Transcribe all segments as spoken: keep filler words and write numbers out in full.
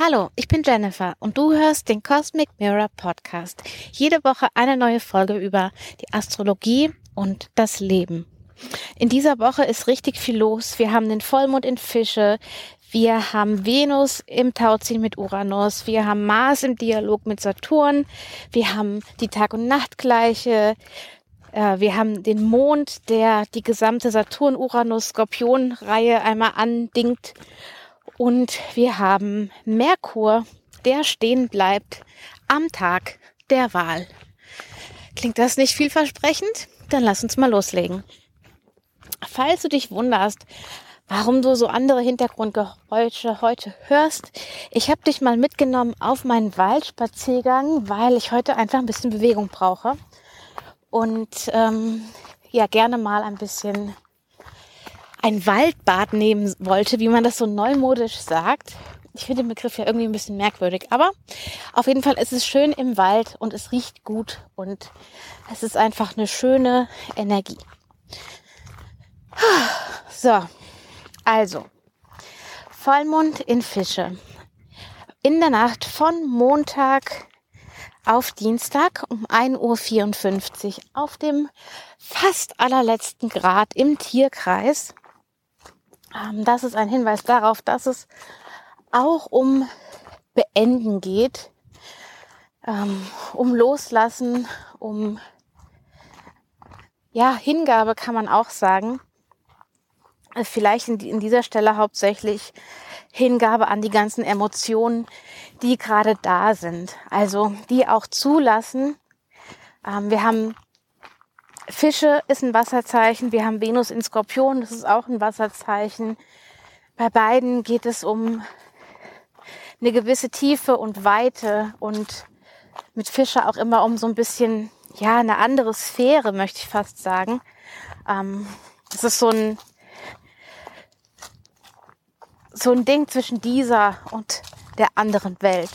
Hallo, ich bin Jennifer und du hörst den Cosmic Mirror Podcast. Jede Woche eine neue Folge über die Astrologie und das Leben. In dieser Woche ist richtig viel los. Wir haben den Vollmond in Fische, wir haben Venus im Tauziehen mit Uranus, wir haben Mars im Dialog mit Saturn, wir haben die Tag- und Nachtgleiche, äh, wir haben den Mond, der die gesamte Saturn-Uranus-Skorpion-Reihe einmal andingt. Und wir haben Merkur, der stehen bleibt am Tag der Wahl. Klingt das nicht vielversprechend? Dann lass uns mal loslegen. Falls du dich wunderst, warum du so andere Hintergrundgeräusche heute hörst, ich habe dich mal mitgenommen auf meinen Waldspaziergang, weil ich heute einfach ein bisschen Bewegung brauche und ähm, ja gerne mal ein bisschen ein Waldbad nehmen wollte, wie man das so neumodisch sagt. Ich finde den Begriff ja irgendwie ein bisschen merkwürdig, aber auf jeden Fall ist es schön im Wald und es riecht gut und es ist einfach eine schöne Energie. So, also Vollmond in Fische. In der Nacht von Montag auf Dienstag um ein Uhr vierundfünfzig auf dem fast allerletzten Grad im Tierkreis. Das ist ein Hinweis darauf, dass es auch um Beenden geht, um Loslassen, um ja, Hingabe kann man auch sagen. Vielleicht in dieser Stelle hauptsächlich Hingabe an die ganzen Emotionen, die gerade da sind. Also die auch zulassen. Wir haben Fische ist ein Wasserzeichen, wir haben Venus in Skorpion, das ist auch ein Wasserzeichen. Bei beiden geht es um eine gewisse Tiefe und Weite und mit Fische auch immer um so ein bisschen, ja, eine andere Sphäre, möchte ich fast sagen. Ähm, das ist so ein, so ein Ding zwischen dieser und der anderen Welt.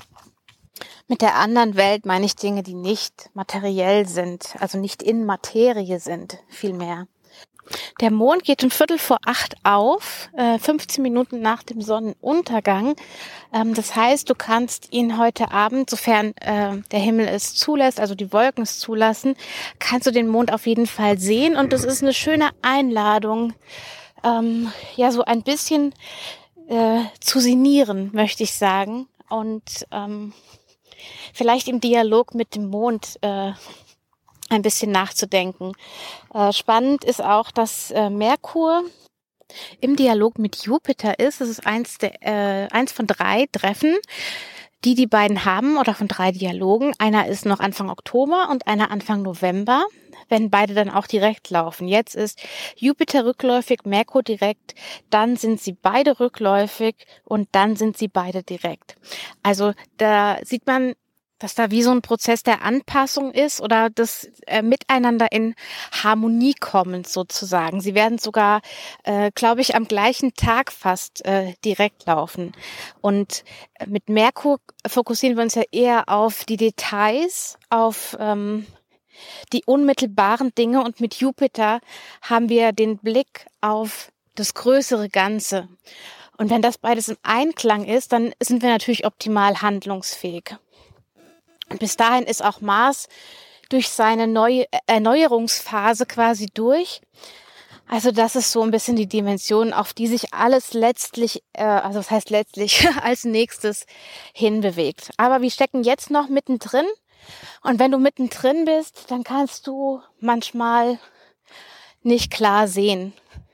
Mit der anderen Welt meine ich Dinge, die nicht materiell sind, also nicht in Materie sind, vielmehr. Der Mond geht um Viertel vor acht auf, äh, fünfzehn Minuten nach dem Sonnenuntergang. Ähm, das heißt, du kannst ihn heute Abend, sofern äh, der Himmel es zulässt, also die Wolken es zulassen, kannst du den Mond auf jeden Fall sehen. Und das ist eine schöne Einladung, ähm, ja, so ein bisschen äh, zu sinnieren, möchte ich sagen. Und ähm, vielleicht im Dialog mit dem Mond äh, ein bisschen nachzudenken. Äh, spannend ist auch, dass äh, Merkur im Dialog mit Jupiter ist. Das ist eins, der, äh, eins von drei Treffen, die die beiden haben oder von drei Dialogen. Einer ist noch Anfang Oktober und einer Anfang November, wenn beide dann auch direkt laufen. Jetzt ist Jupiter rückläufig, Merkur direkt, dann sind sie beide rückläufig und dann sind sie beide direkt. Also da sieht man, dass da wie so ein Prozess der Anpassung ist oder das äh, Miteinander in Harmonie kommen sozusagen. Sie werden sogar, äh, glaube ich, am gleichen Tag fast äh, direkt laufen. Und mit Merkur fokussieren wir uns ja eher auf die Details, auf ähm, die unmittelbaren Dinge und mit Jupiter haben wir den Blick auf das größere Ganze. Und wenn das beides im Einklang ist, dann sind wir natürlich optimal handlungsfähig. Bis dahin ist auch Mars durch seine neue Erneuerungsphase quasi durch. Also das ist so ein bisschen die Dimension, auf die sich alles letztlich, äh, also das heißt letztlich als nächstes hinbewegt. Aber wir stecken jetzt noch mittendrin. Und wenn du mittendrin bist, dann kannst du manchmal nicht klar sehen,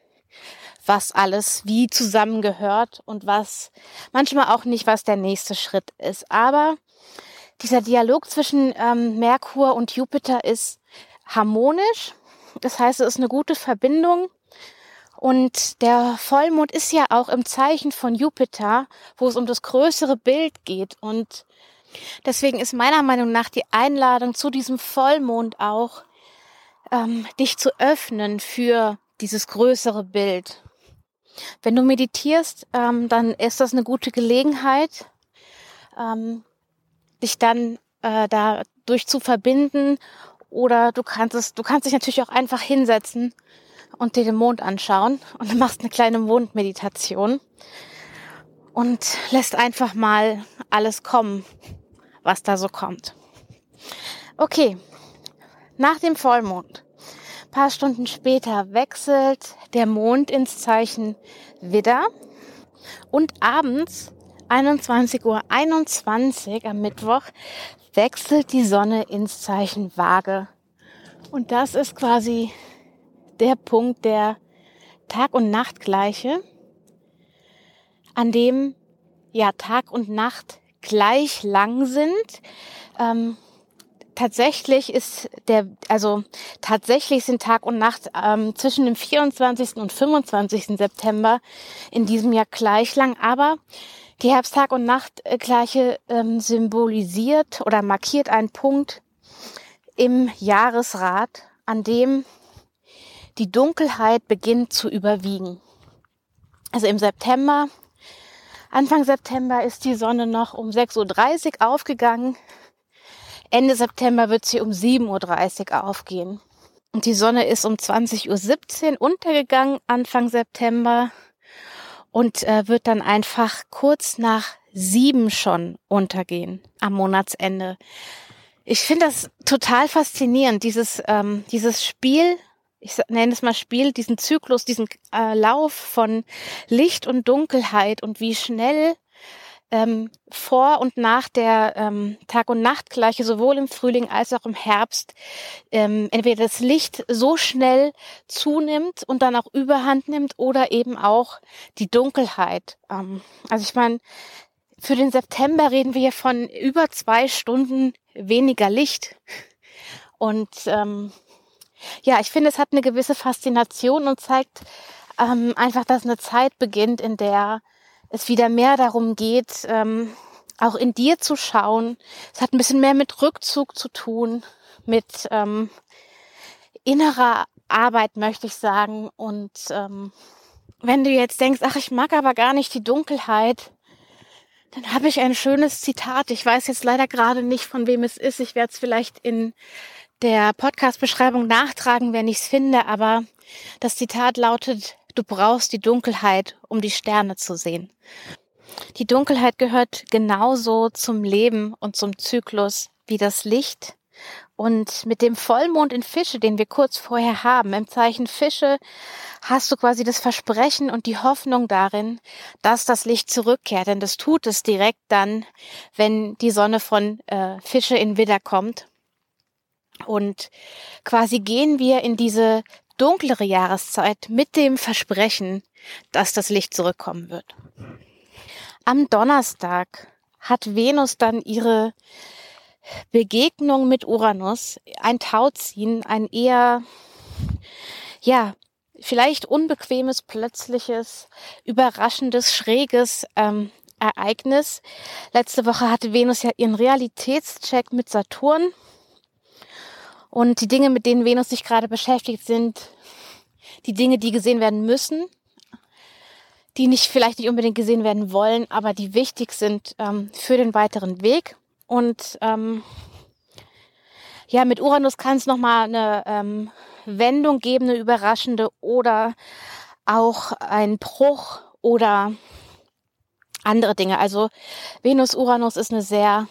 was alles wie zusammengehört und was manchmal auch nicht, was der nächste Schritt ist. Aber dieser Dialog zwischen ähm, Merkur und Jupiter ist harmonisch. Das heißt, es ist eine gute Verbindung. Und der Vollmond ist ja auch im Zeichen von Jupiter, wo es um das größere Bild geht. Und deswegen ist meiner Meinung nach die Einladung zu diesem Vollmond auch, ähm, dich zu öffnen für dieses größere Bild. Wenn du meditierst, ähm, dann ist das eine gute Gelegenheit, ähm, dich dann äh, dadurch zu verbinden, oder du kannst es, du kannst dich natürlich auch einfach hinsetzen und dir den Mond anschauen und du machst eine kleine Mondmeditation. und lässt einfach mal alles kommen, was da so kommt. Okay, nach dem Vollmond, ein paar Stunden später, wechselt der Mond ins Zeichen Widder und abends einundzwanzig Uhr einundzwanzig am Mittwoch wechselt die Sonne ins Zeichen Waage. Und das ist quasi der Punkt der Tag- und Nachtgleiche, an dem ja Tag und Nacht gleich lang sind. Ähm, tatsächlich ist der, also tatsächlich sind Tag und Nacht ähm, zwischen dem vierundzwanzigsten und fünfundzwanzigsten September in diesem Jahr gleich lang, aber die Herbsttag- und Nachtgleiche ähm, symbolisiert oder markiert einen Punkt im Jahresrad, an dem die Dunkelheit beginnt zu überwiegen. Also im September, Anfang September ist die Sonne noch um sechs Uhr dreißig aufgegangen. Ende September wird sie um sieben Uhr dreißig aufgehen. Und die Sonne ist um zwanzig Uhr siebzehn untergegangen, Anfang September. Und äh, wird dann einfach kurz nach sieben schon untergehen am Monatsende. Ich finde das total faszinierend, dieses ähm, dieses Spiel, ich nenne es mal Spiel, diesen Zyklus, diesen äh, Lauf von Licht und Dunkelheit und wie schnell ähm, vor und nach der ähm, Tag- und Nachtgleiche sowohl im Frühling als auch im Herbst ähm, entweder das Licht so schnell zunimmt und dann auch Überhand nimmt oder eben auch die Dunkelheit. Ähm, also ich meine, für den September reden wir hier von über zwei Stunden weniger Licht. Und ähm, ja, ich finde, es hat eine gewisse Faszination und zeigt ähm, einfach, dass eine Zeit beginnt, in der es wieder mehr darum geht, ähm, auch in dir zu schauen. Es hat ein bisschen mehr mit Rückzug zu tun, mit ähm, innerer Arbeit, möchte ich sagen. Und ähm, wenn du jetzt denkst, ach, ich mag aber gar nicht die Dunkelheit, dann habe ich ein schönes Zitat. Ich weiß jetzt leider gerade nicht, von wem es ist. Ich werde es vielleicht in der Podcast-Beschreibung nachtragen, wenn ich es finde. Aber das Zitat lautet: Du brauchst die Dunkelheit, um die Sterne zu sehen. Die Dunkelheit gehört genauso zum Leben und zum Zyklus wie das Licht. Und mit dem Vollmond in Fische, den wir kurz vorher haben, im Zeichen Fische, hast du quasi das Versprechen und die Hoffnung darin, dass das Licht zurückkehrt. Denn das tut es direkt dann, wenn die Sonne von äh, Fische in Widder kommt. Und quasi gehen wir in diese dunklere Jahreszeit mit dem Versprechen, dass das Licht zurückkommen wird. Am Donnerstag hat Venus dann ihre Begegnung mit Uranus, ein Tauziehen, ein eher, ja, vielleicht unbequemes, plötzliches, überraschendes, schräges ähm, Ereignis. Letzte Woche hatte Venus ja ihren Realitätscheck mit Saturn. Und die Dinge, mit denen Venus sich gerade beschäftigt, sind die Dinge, die gesehen werden müssen, die nicht vielleicht nicht unbedingt gesehen werden wollen, aber die wichtig sind ähm, für den weiteren Weg. Und ähm, ja, mit Uranus kann es nochmal eine ähm, Wendung geben, eine überraschende oder auch ein Bruch oder andere Dinge. Also Venus-Uranus ist eine sehr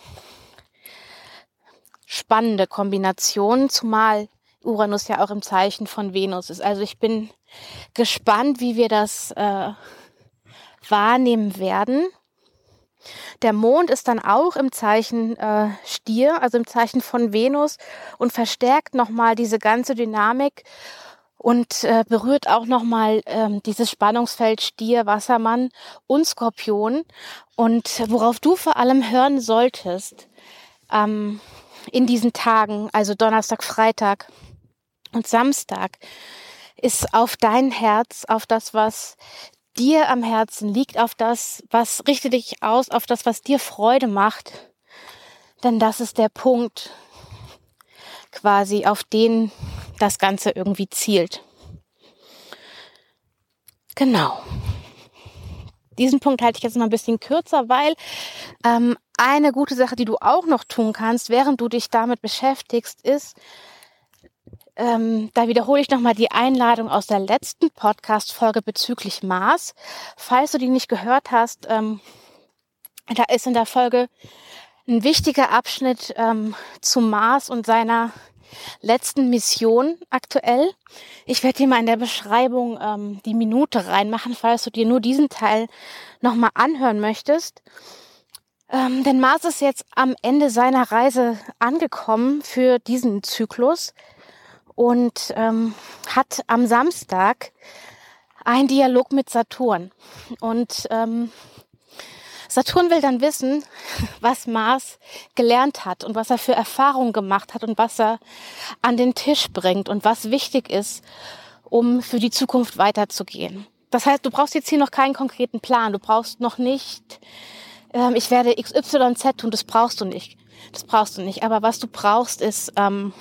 spannende Kombination, zumal Uranus ja auch im Zeichen von Venus ist. Also ich bin gespannt, wie wir das äh, wahrnehmen werden. Der Mond ist dann auch im Zeichen äh, Stier, also im Zeichen von Venus, und verstärkt nochmal diese ganze Dynamik und äh, berührt auch nochmal ähm, dieses Spannungsfeld Stier, Wassermann und Skorpion. Und worauf du vor allem hören solltest ähm, in diesen Tagen, also Donnerstag, Freitag und Samstag, ist auf dein Herz, auf das, was dir am Herzen liegt, auf das, was richte dich aus, auf das, was dir Freude macht. Denn das ist der Punkt, quasi, auf den das Ganze irgendwie zielt. Genau. Diesen Punkt halte ich jetzt noch ein bisschen kürzer, weil ähm, eine gute Sache, die du auch noch tun kannst, während du dich damit beschäftigst, ist, Ähm, da wiederhole ich nochmal die Einladung aus der letzten Podcast-Folge bezüglich Mars. Falls du die nicht gehört hast, ähm, da ist in der Folge ein wichtiger Abschnitt ähm, zu Mars und seiner letzten Mission aktuell. Ich werde dir mal in der Beschreibung ähm, die Minute reinmachen, falls du dir nur diesen Teil nochmal anhören möchtest. Ähm, denn Mars ist jetzt am Ende seiner Reise angekommen für diesen Zyklus und ähm, hat am Samstag einen Dialog mit Saturn. Und ähm, Saturn will dann wissen, was Mars gelernt hat und was er für Erfahrungen gemacht hat und was er an den Tisch bringt und was wichtig ist, um für die Zukunft weiterzugehen. Das heißt, du brauchst jetzt hier noch keinen konkreten Plan. Du brauchst noch nicht, ähm, ich werde X Y Z tun, das brauchst du nicht. Das brauchst du nicht. Aber was du brauchst, ist ähm,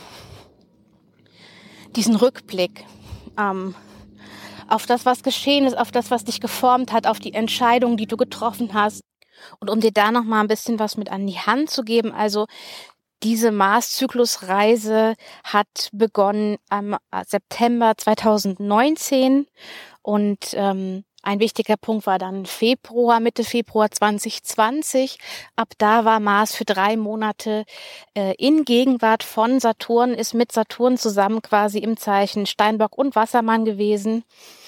diesen Rückblick ähm, auf das, was geschehen ist, auf das, was dich geformt hat, auf die Entscheidungen, die du getroffen hast. Und um dir da noch mal ein bisschen was mit an die Hand zu geben, also diese Mars-Zyklus-Reise hat begonnen am September zweitausendneunzehn und ähm, ein wichtiger Punkt war dann Februar, Mitte Februar zwanzig zwanzig. Ab da war Mars für drei Monate äh, in Gegenwart von Saturn, ist mit Saturn zusammen quasi im Zeichen Steinbock und Wassermann gewesen.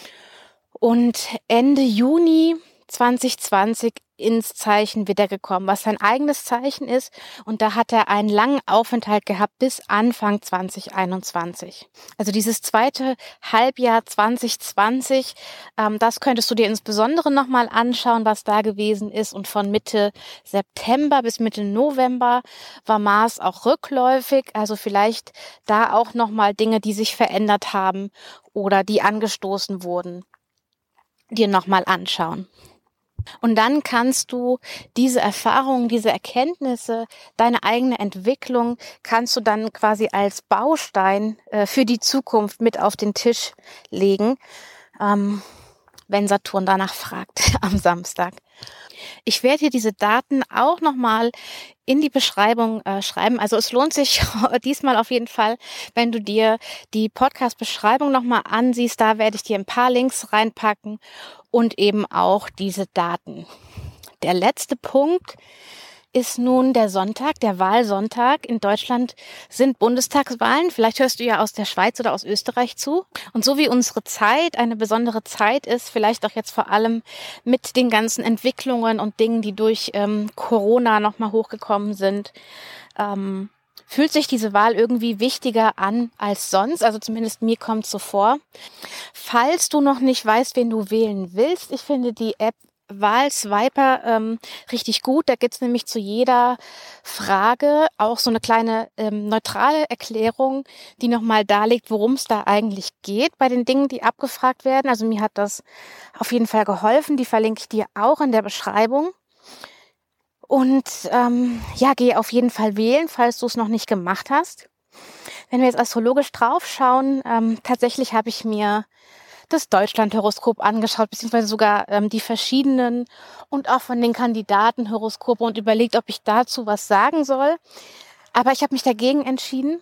Und Ende Juni zwanzig zwanzig ins Zeichen wiedergekommen, was sein eigenes Zeichen ist. Und da hat er einen langen Aufenthalt gehabt bis Anfang zwanzig einundzwanzig. Also dieses zweite Halbjahr zwanzig zwanzig, ähm, das könntest du dir insbesondere nochmal anschauen, was da gewesen ist. Und von Mitte September bis Mitte November war Mars auch rückläufig. Also vielleicht da auch nochmal Dinge, die sich verändert haben oder die angestoßen wurden, dir nochmal anschauen. Und dann kannst du diese Erfahrungen, diese Erkenntnisse, deine eigene Entwicklung, kannst du dann quasi als Baustein äh, für die Zukunft mit auf den Tisch legen, ähm, wenn Saturn danach fragt am Samstag. Ich werde hier diese Daten auch nochmal in die Beschreibung äh, schreiben. Also es lohnt sich diesmal auf jeden Fall, wenn du dir die Podcast-Beschreibung nochmal ansiehst. Da werde ich dir ein paar Links reinpacken und eben auch diese Daten. Der letzte Punkt ist nun der Sonntag, der Wahlsonntag. In Deutschland sind Bundestagswahlen. Vielleicht hörst du ja aus der Schweiz oder aus Österreich zu. Und so wie unsere Zeit eine besondere Zeit ist, vielleicht auch jetzt vor allem mit den ganzen Entwicklungen und Dingen, die durch ähm, Corona nochmal hochgekommen sind, ähm, fühlt sich diese Wahl irgendwie wichtiger an als sonst. Also zumindest mir kommt es so vor. Falls du noch nicht weißt, wen du wählen willst, ich finde die App Wahlswiper ähm, richtig gut. Da gibt's nämlich zu jeder Frage auch so eine kleine ähm, neutrale Erklärung, die nochmal darlegt, worum es da eigentlich geht bei den Dingen, die abgefragt werden. Also mir hat das auf jeden Fall geholfen. Die verlinke ich dir auch in der Beschreibung. Und ähm, ja, geh auf jeden Fall wählen, falls du es noch nicht gemacht hast. Wenn wir jetzt astrologisch draufschauen, ähm, tatsächlich habe ich mir das Deutschland-Horoskop angeschaut, beziehungsweise sogar ähm, die verschiedenen und auch von den Kandidaten-Horoskope und überlegt, ob ich dazu was sagen soll. Aber ich habe mich dagegen entschieden.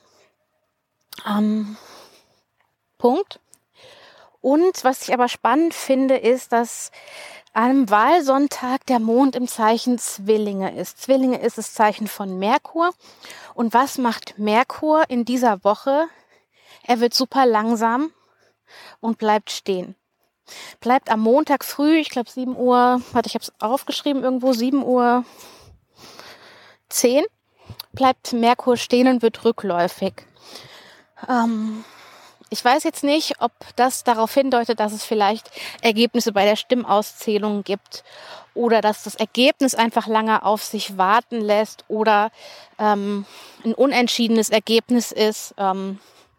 Ähm, Punkt. Und was ich aber spannend finde, ist, dass am Wahlsonntag der Mond im Zeichen Zwillinge ist. Zwillinge ist das Zeichen von Merkur. Und was macht Merkur in dieser Woche? Er wird super langsam und bleibt stehen. Bleibt am Montag früh, ich glaube sieben Uhr, warte, ich habe es aufgeschrieben irgendwo, sieben Uhr zehn, bleibt Merkur stehen und wird rückläufig. Ähm, ich weiß jetzt nicht, ob das darauf hindeutet, dass es vielleicht Ergebnisse bei der Stimmauszählung gibt oder dass das Ergebnis einfach lange auf sich warten lässt oder ähm, ein unentschiedenes Ergebnis ist. Ähm,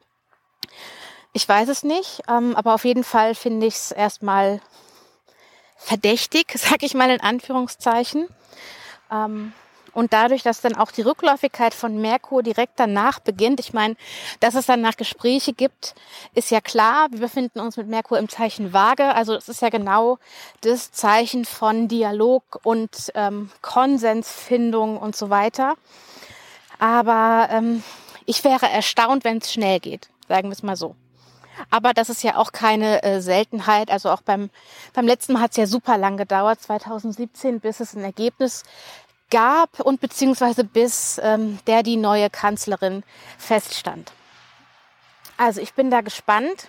Ich weiß es nicht, ähm, aber auf jeden Fall finde ich es erstmal verdächtig, sag ich mal in Anführungszeichen. Ähm, und dadurch, dass dann auch die Rückläufigkeit von Merkur direkt danach beginnt, ich meine, dass es danach Gespräche gibt, ist ja klar. Wir befinden uns mit Merkur im Zeichen Waage, also es ist ja genau das Zeichen von Dialog und ähm, Konsensfindung und so weiter. Aber ähm, ich wäre erstaunt, wenn es schnell geht. sagen wir es mal so. Aber das ist ja auch keine äh, Seltenheit. Also auch beim, beim letzten Mal hat es ja super lang gedauert, zwanzig siebzehn, bis es ein Ergebnis gab und beziehungsweise bis ähm, der die neue Kanzlerin feststand. Also ich bin da gespannt,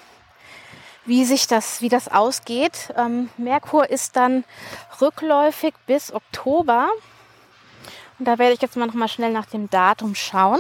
wie sich das, wie das ausgeht. Ähm, Merkur ist dann rückläufig bis Oktober. Und da werde ich jetzt mal noch mal schnell nach dem Datum schauen.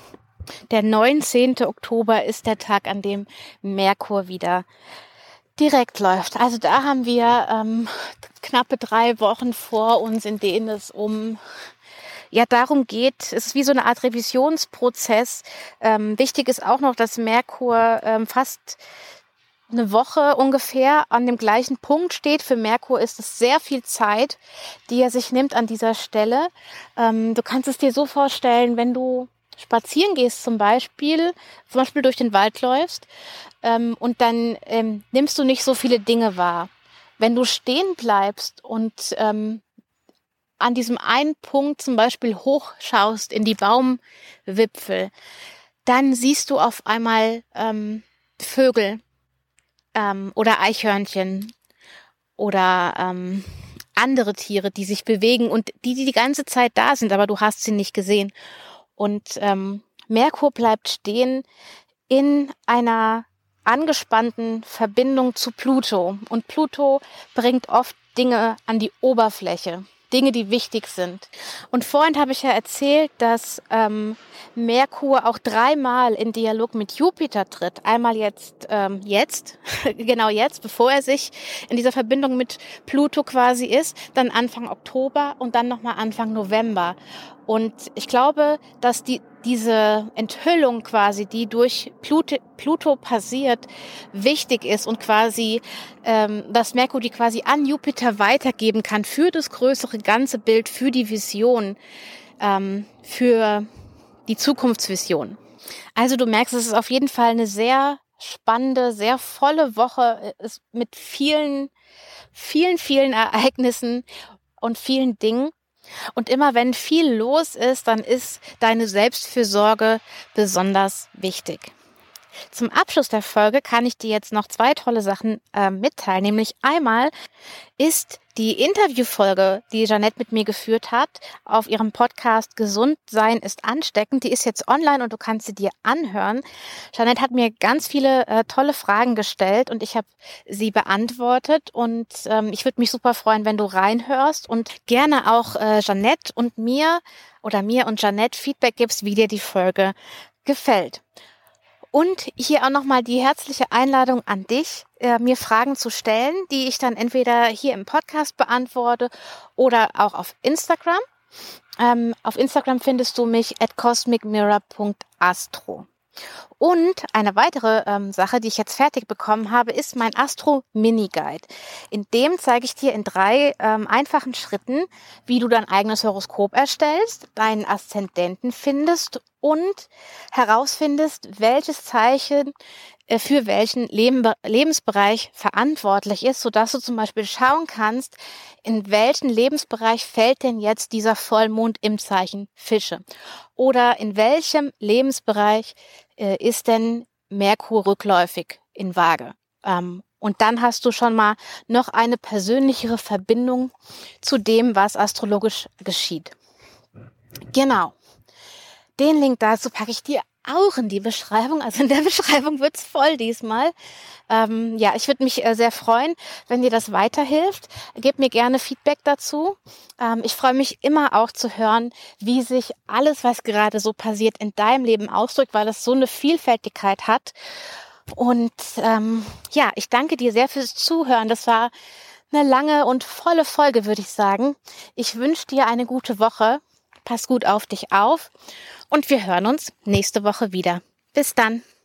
Der neunzehnte Oktober ist der Tag, an dem Merkur wieder direkt läuft. Also da haben wir ähm, knappe drei Wochen vor uns, in denen es um ja darum geht, es ist wie so eine Art Revisionsprozess. Ähm, wichtig ist auch noch, dass Merkur ähm, fast eine Woche ungefähr an dem gleichen Punkt steht. Für Merkur ist es sehr viel Zeit, die er sich nimmt an dieser Stelle. Ähm, du kannst es dir so vorstellen, wenn du spazieren gehst zum Beispiel, zum Beispiel durch den Wald läufst ähm, und dann ähm, nimmst du nicht so viele Dinge wahr. Wenn du stehen bleibst und ähm, an diesem einen Punkt zum Beispiel hochschaust in die Baumwipfel, dann siehst du auf einmal ähm, Vögel ähm, oder Eichhörnchen oder ähm, andere Tiere, die sich bewegen und die, die die ganze Zeit da sind, aber du hast sie nicht gesehen. Und ähm, Merkur bleibt stehen in einer angespannten Verbindung zu Pluto. Und Pluto bringt oft Dinge an die Oberfläche, Dinge, die wichtig sind. Und vorhin habe ich ja erzählt, dass ähm, Merkur auch dreimal in Dialog mit Jupiter tritt. Einmal jetzt, ähm, jetzt, genau jetzt, bevor er sich in dieser Verbindung mit Pluto quasi ist, dann Anfang Oktober und dann nochmal Anfang November. Und ich glaube, dass die diese Enthüllung quasi, die durch Pluto, Pluto passiert, wichtig ist und quasi, ähm, dass Merkur die quasi an Jupiter weitergeben kann für das größere ganze Bild, für die Vision, ähm, für die Zukunftsvision. Also du merkst, es ist auf jeden Fall eine sehr spannende, sehr volle Woche ist mit vielen, vielen, vielen Ereignissen und vielen Dingen. Und immer wenn viel los ist, dann ist deine Selbstfürsorge besonders wichtig. Zum Abschluss der Folge kann ich dir jetzt noch zwei tolle Sachen äh, mitteilen. Nämlich einmal ist die Interviewfolge, die Jeanette mit mir geführt hat, auf ihrem Podcast Gesund sein ist ansteckend. Die ist jetzt online und du kannst sie dir anhören. Jeanette hat mir ganz viele äh, tolle Fragen gestellt und ich habe sie beantwortet. Und ähm, ich würde mich super freuen, wenn du reinhörst und gerne auch äh, Jeanette und mir oder mir und Jeanette Feedback gibst, wie dir die Folge gefällt. Und hier auch nochmal die herzliche Einladung an dich, äh, mir Fragen zu stellen, die ich dann entweder hier im Podcast beantworte oder auch auf Instagram. Ähm, auf Instagram findest du mich at cosmic mirror punkt astro. Und eine weitere ähm, Sache, die ich jetzt fertig bekommen habe, ist mein Astro-Mini-Guide. In dem zeige ich dir in drei ähm, einfachen Schritten, wie du dein eigenes Horoskop erstellst, deinen Aszendenten findest und herausfindest, welches Zeichen äh, für welchen Leben, Lebensbereich verantwortlich ist, sodass du zum Beispiel schauen kannst, in welchen Lebensbereich fällt denn jetzt dieser Vollmond im Zeichen Fische? Oder in welchem Lebensbereich äh, ist denn Merkur rückläufig in Waage? Ähm, und dann hast du schon mal noch eine persönlichere Verbindung zu dem, was astrologisch geschieht. Genau. Den Link dazu packe ich dir auch in die Beschreibung. Also in der Beschreibung wird's voll diesmal. Ähm, ja, ich würde mich äh, sehr freuen, wenn dir das weiterhilft. Gib mir gerne Feedback dazu. Ähm, ich freue mich immer auch zu hören, wie sich alles, was gerade so passiert, in deinem Leben ausdrückt, weil es so eine Vielfältigkeit hat. Und ähm, ja, ich danke dir sehr fürs Zuhören. Das war eine lange und volle Folge, würde ich sagen. Ich wünsche dir eine gute Woche. Pass gut auf dich auf und wir hören uns nächste Woche wieder. Bis dann.